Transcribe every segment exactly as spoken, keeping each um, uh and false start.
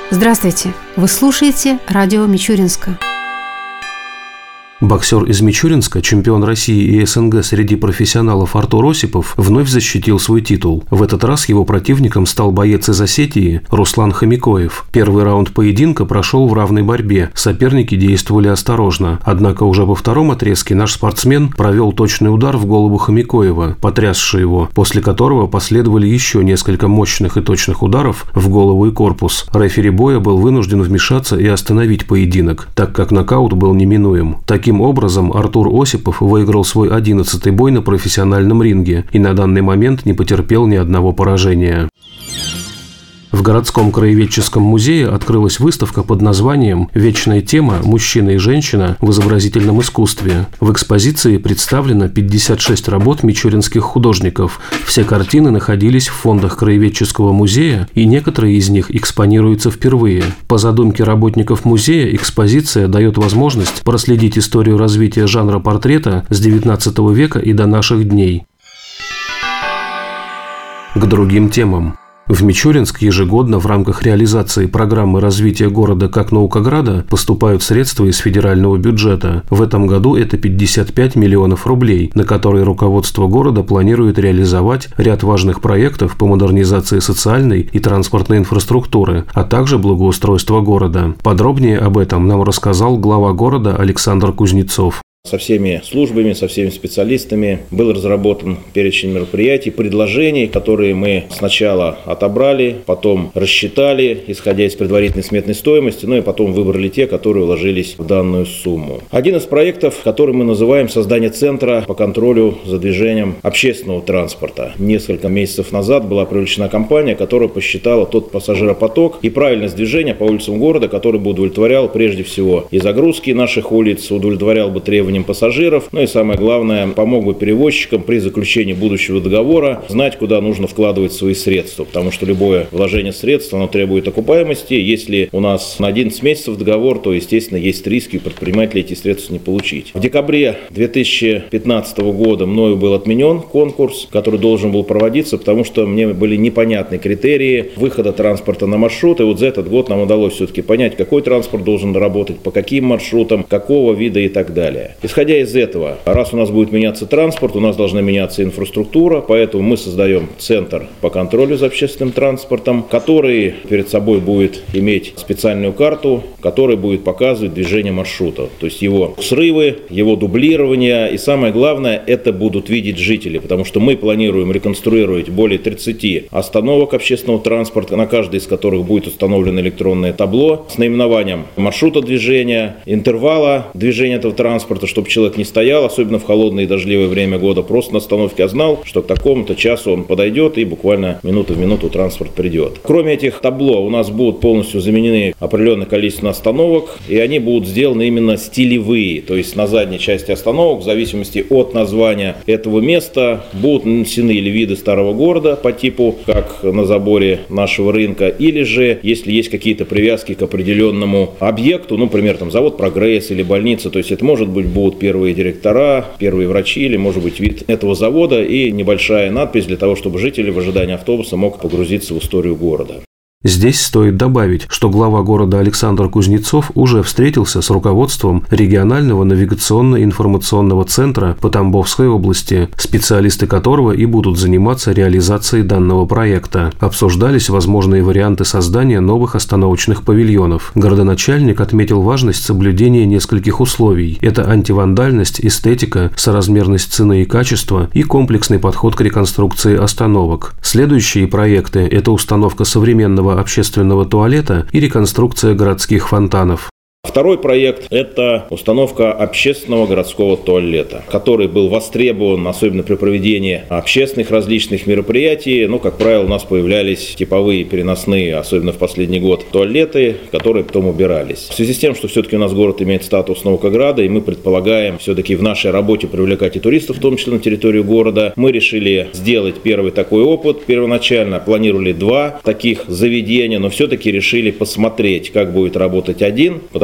Здравствуйте! Вы слушаете радио Мичуринска. Боксер из Мичуринска, чемпион России и СНГ среди профессионалов Артур Осипов вновь защитил свой титул. В этот раз его противником стал боец из Осетии Руслан Хомякоев. Первый раунд поединка прошел в равной борьбе, соперники действовали осторожно. Однако уже во втором отрезке наш спортсмен провел точный удар в голову Хомякоева, потрясший его, после которого последовали еще несколько мощных и точных ударов в голову и корпус. Рефери боя был вынужден вмешаться и остановить поединок, так как нокаут был неминуем. Таким Таким образом, Артур Осипов выиграл свой одиннадцатый бой на профессиональном ринге и на данный момент не потерпел ни одного поражения. В городском краеведческом музее открылась выставка под названием «Вечная тема. Мужчина и женщина в изобразительном искусстве». В экспозиции представлено пятьдесят шесть работ мичуринских художников. Все картины находились в фондах краеведческого музея, и некоторые из них экспонируются впервые. По задумке работников музея, экспозиция дает возможность проследить историю развития жанра портрета с девятнадцатого века и до наших дней. К другим темам. В Мичуринск ежегодно в рамках реализации программы развития города как Наукограда поступают средства из федерального бюджета. В этом году это пятьдесят пять миллионов рублей, на которые руководство города планирует реализовать ряд важных проектов по модернизации социальной и транспортной инфраструктуры, а также благоустройства города. Подробнее об этом нам рассказал глава города Александр Кузнецов. Со всеми службами, со всеми специалистами был разработан перечень мероприятий, предложений, которые мы сначала отобрали, потом рассчитали, исходя из предварительной сметной стоимости, ну и потом выбрали те, которые вложились в данную сумму. Один из проектов, который мы называем «Создание центра по контролю за движением общественного транспорта». Несколько месяцев назад была привлечена компания, которая посчитала тот пассажиропоток и правильность движения по улицам города, который бы удовлетворял прежде всего и загрузки наших улиц, удовлетворял бы требования пассажиров, ну и самое главное, помог бы перевозчикам при заключении будущего договора знать, куда нужно вкладывать свои средства, потому что любое вложение средств, оно требует окупаемости. Если у нас на одиннадцать месяцев договор, то, естественно, есть риски у предпринимателей эти средства не получить. В декабре две тысячи пятнадцатого года мною был отменен конкурс, который должен был проводиться, потому что мне были непонятны критерии выхода транспорта на маршрут, и вот за этот год нам удалось все-таки понять, какой транспорт должен работать, по каким маршрутам, какого вида и так далее. Исходя из этого, раз у нас будет меняться транспорт, у нас должна меняться инфраструктура, поэтому мы создаем центр по контролю за общественным транспортом, который перед собой будет иметь специальную карту, которая будет показывать движение маршрута, то есть его срывы, его дублирование, и самое главное, это будут видеть жители, потому что мы планируем реконструировать более тридцати остановок общественного транспорта, на каждой из которых будет установлено электронное табло с наименованием маршрута движения, интервала движения этого транспорта, чтобы человек не стоял, особенно в холодное и дождливое время года, просто на остановке, а знал, что к такому-то часу он подойдет и буквально минуту в минуту транспорт придет. Кроме этих табло, у нас будут полностью заменены определенное количество остановок, и они будут сделаны именно стилевые, то есть на задней части остановок, в зависимости от названия этого места, будут нанесены или виды старого города по типу, как на заборе нашего рынка, или же, если есть какие-то привязки к определенному объекту, ну, например, там завод «Прогресс» или больница, то есть это может быть будут первые директора, первые врачи или, может быть, вид этого завода и небольшая надпись для того, чтобы житель в ожидании автобуса мог погрузиться в историю города. Здесь стоит добавить, что глава города Александр Кузнецов уже встретился с руководством регионального навигационно-информационного центра по Тамбовской области, специалисты которого и будут заниматься реализацией данного проекта. Обсуждались возможные варианты создания новых остановочных павильонов. Городоначальник отметил важность соблюдения нескольких условий. Это антивандальность, эстетика, соразмерность цены и качества и комплексный подход к реконструкции остановок. Следующие проекты – это установка современного общественного туалета и реконструкция городских фонтанов. Второй проект – это установка общественного городского туалета, который был востребован, особенно при проведении общественных различных мероприятий. Ну, как правило, у нас появлялись типовые переносные, особенно в последний год, туалеты, которые потом убирались. В связи с тем, что все-таки у нас город имеет статус Наукограда, и мы предполагаем все-таки в нашей работе привлекать и туристов, в том числе на территорию города, мы решили сделать первый такой опыт. Первоначально планировали два таких заведения, но все-таки решили посмотреть, как будет работать один, потому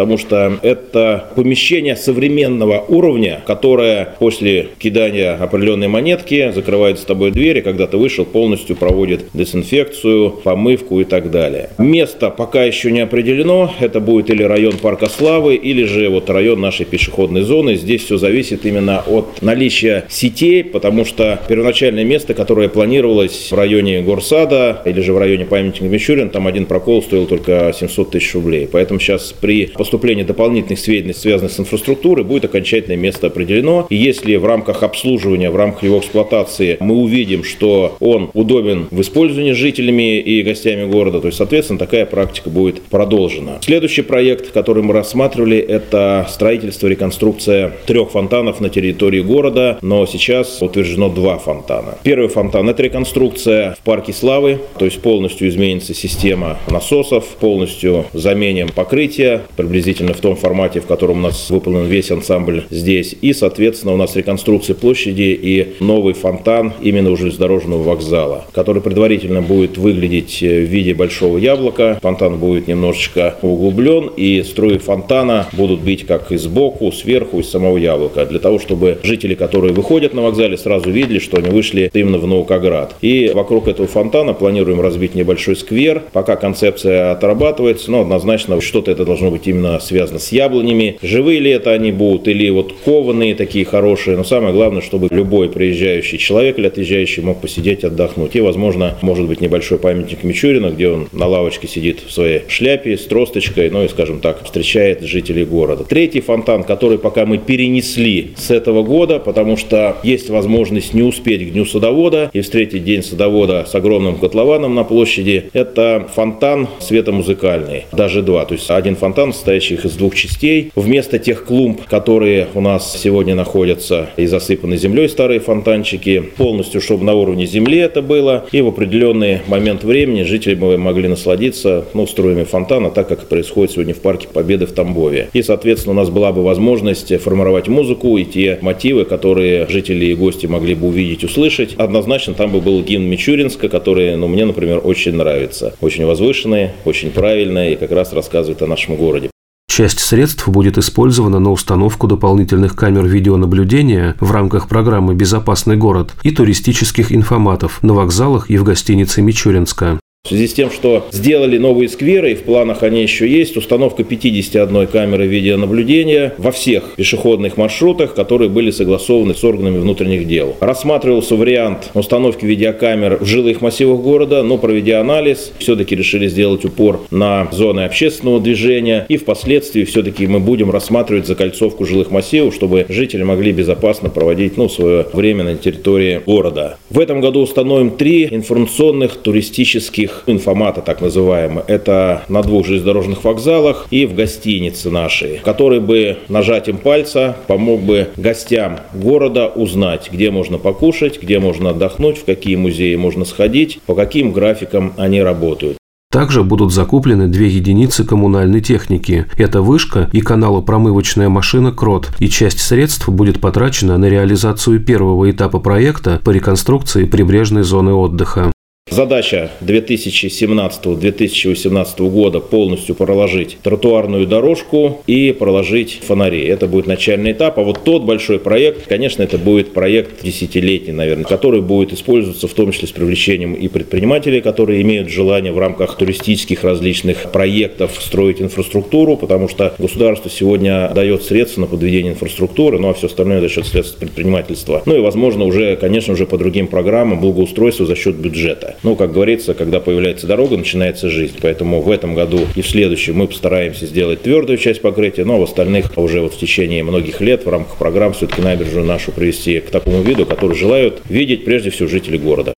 потому что это помещение современного уровня, которое после кидания определенной монетки закрывает с тобой дверь, и когда ты вышел, полностью проводит дезинфекцию, помывку и так далее. Место пока еще не определено, это будет или район Парка Славы, или же вот район нашей пешеходной зоны. Здесь все зависит именно от наличия сетей, потому что первоначальное место, которое планировалось в районе Горсада или же в районе памятника Мичурина, там один прокол стоил только семьсот тысяч рублей. Поэтому сейчас при поступлении дополнительных сведений, связанных с инфраструктурой, будет окончательное место определено. И если в рамках обслуживания, в рамках его эксплуатации мы увидим, что он удобен в использовании жителями и гостями города, то есть, соответственно, такая практика будет продолжена. Следующий проект, который мы рассматривали, это строительство, реконструкция трех фонтанов на территории города, но сейчас утверждено два фонтана. Первый фонтан – это реконструкция в Парке Славы, то есть полностью изменится система насосов, полностью заменим покрытие, приблизительно в том формате, в котором у нас выполнен весь ансамбль здесь. И, соответственно, у нас реконструкция площади и новый фонтан именно у железнодорожного вокзала, который предварительно будет выглядеть в виде большого яблока. Фонтан будет немножечко углублен, и струи фонтана будут бить как и сбоку, сверху, из самого яблока, для того, чтобы жители, которые выходят на вокзале, сразу видели, что они вышли именно в Наукоград. И вокруг этого фонтана планируем разбить небольшой сквер. Пока концепция отрабатывается, но однозначно что-то это должно быть именно связано с яблонями. Живые ли это они будут, или вот кованые такие хорошие. Но самое главное, чтобы любой приезжающий человек или отъезжающий мог посидеть, отдохнуть. И, возможно, может быть небольшой памятник Мичурина, где он на лавочке сидит в своей шляпе с тросточкой, ну и, скажем так, встречает жителей города. Третий фонтан, который пока мы перенесли с этого года, потому что есть возможность не успеть к Дню садовода и встретить День садовода с огромным котлованом на площади, это фонтан светомузыкальный, даже два. То есть один фонтан, состоящий из двух частей. Вместо тех клумб, которые у нас сегодня находятся и засыпаны землей, старые фонтанчики, полностью, чтобы на уровне земли это было, и в определенный момент времени жители могли насладиться ну, струями фонтана, так как происходит сегодня в Парке Победы в Тамбове. И, соответственно, у нас была бы возможность формировать музыку и те мотивы, которые жители и гости могли бы увидеть, услышать. Однозначно там бы был гимн Мичуринска, который, ну, мне, например, очень нравится. Очень возвышенный, очень правильный и как раз рассказывает о нашем городе. Часть средств будет использована на установку дополнительных камер видеонаблюдения в рамках программы «Безопасный город» и туристических информатов на вокзалах и в гостинице Мичуринска. В связи с тем, что сделали новые скверы, и в планах они еще есть, установка пятидесяти одной камеры видеонаблюдения во всех пешеходных маршрутах, которые были согласованы с органами внутренних дел. Рассматривался вариант установки видеокамер в жилых массивах города, но проведя анализ, все-таки решили сделать упор на зоны общественного движения, и впоследствии все-таки мы будем рассматривать закольцовку жилых массивов, чтобы жители могли безопасно проводить ну, свое время на территории города. В этом году установим три информационных туристических информата, так называемые. Это на двух железнодорожных вокзалах и в гостинице нашей, который бы нажатием пальца помог бы гостям города узнать, где можно покушать, где можно отдохнуть, в какие музеи можно сходить, по каким графикам они работают. Также будут закуплены две единицы коммунальной техники. Это вышка и каналопромывочная машина «Крот». И часть средств будет потрачена на реализацию первого этапа проекта по реконструкции прибрежной зоны отдыха. Задача две тысячи семнадцатого — две тысячи восемнадцатого года полностью проложить тротуарную дорожку и проложить фонари. Это будет начальный этап. А вот тот большой проект, конечно, это будет проект десятилетний, наверное, который будет использоваться в том числе с привлечением и предпринимателей, которые имеют желание в рамках туристических различных проектов строить инфраструктуру, потому что государство сегодня дает средства на подведение инфраструктуры, ну а все остальное за счет средств предпринимательства. Ну и, возможно, уже, конечно, уже по другим программам благоустройства за счет бюджета. Ну, как говорится, когда появляется дорога, начинается жизнь. Поэтому в этом году и в следующем мы постараемся сделать твердую часть покрытия, но в остальных уже вот в течение многих лет в рамках программ все-таки набережную нашу привести к такому виду, который желают видеть прежде всего жители города.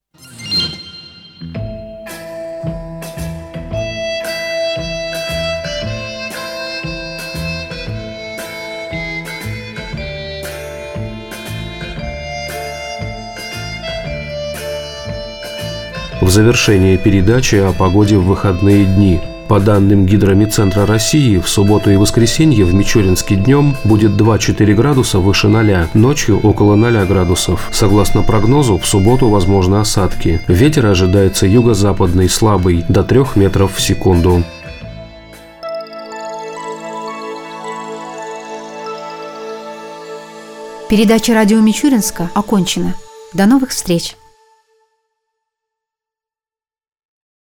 В завершение передачи о погоде в выходные дни. По данным Гидромедцентра России, в субботу и воскресенье в Мичуринске днем будет два-четыре градуса выше ноля, ночью около ноля градусов. Согласно прогнозу, в субботу возможны осадки. Ветер ожидается юго-западный, слабый, до трёх метров в секунду. Передача «Радио Мичуринска» окончена. До новых встреч!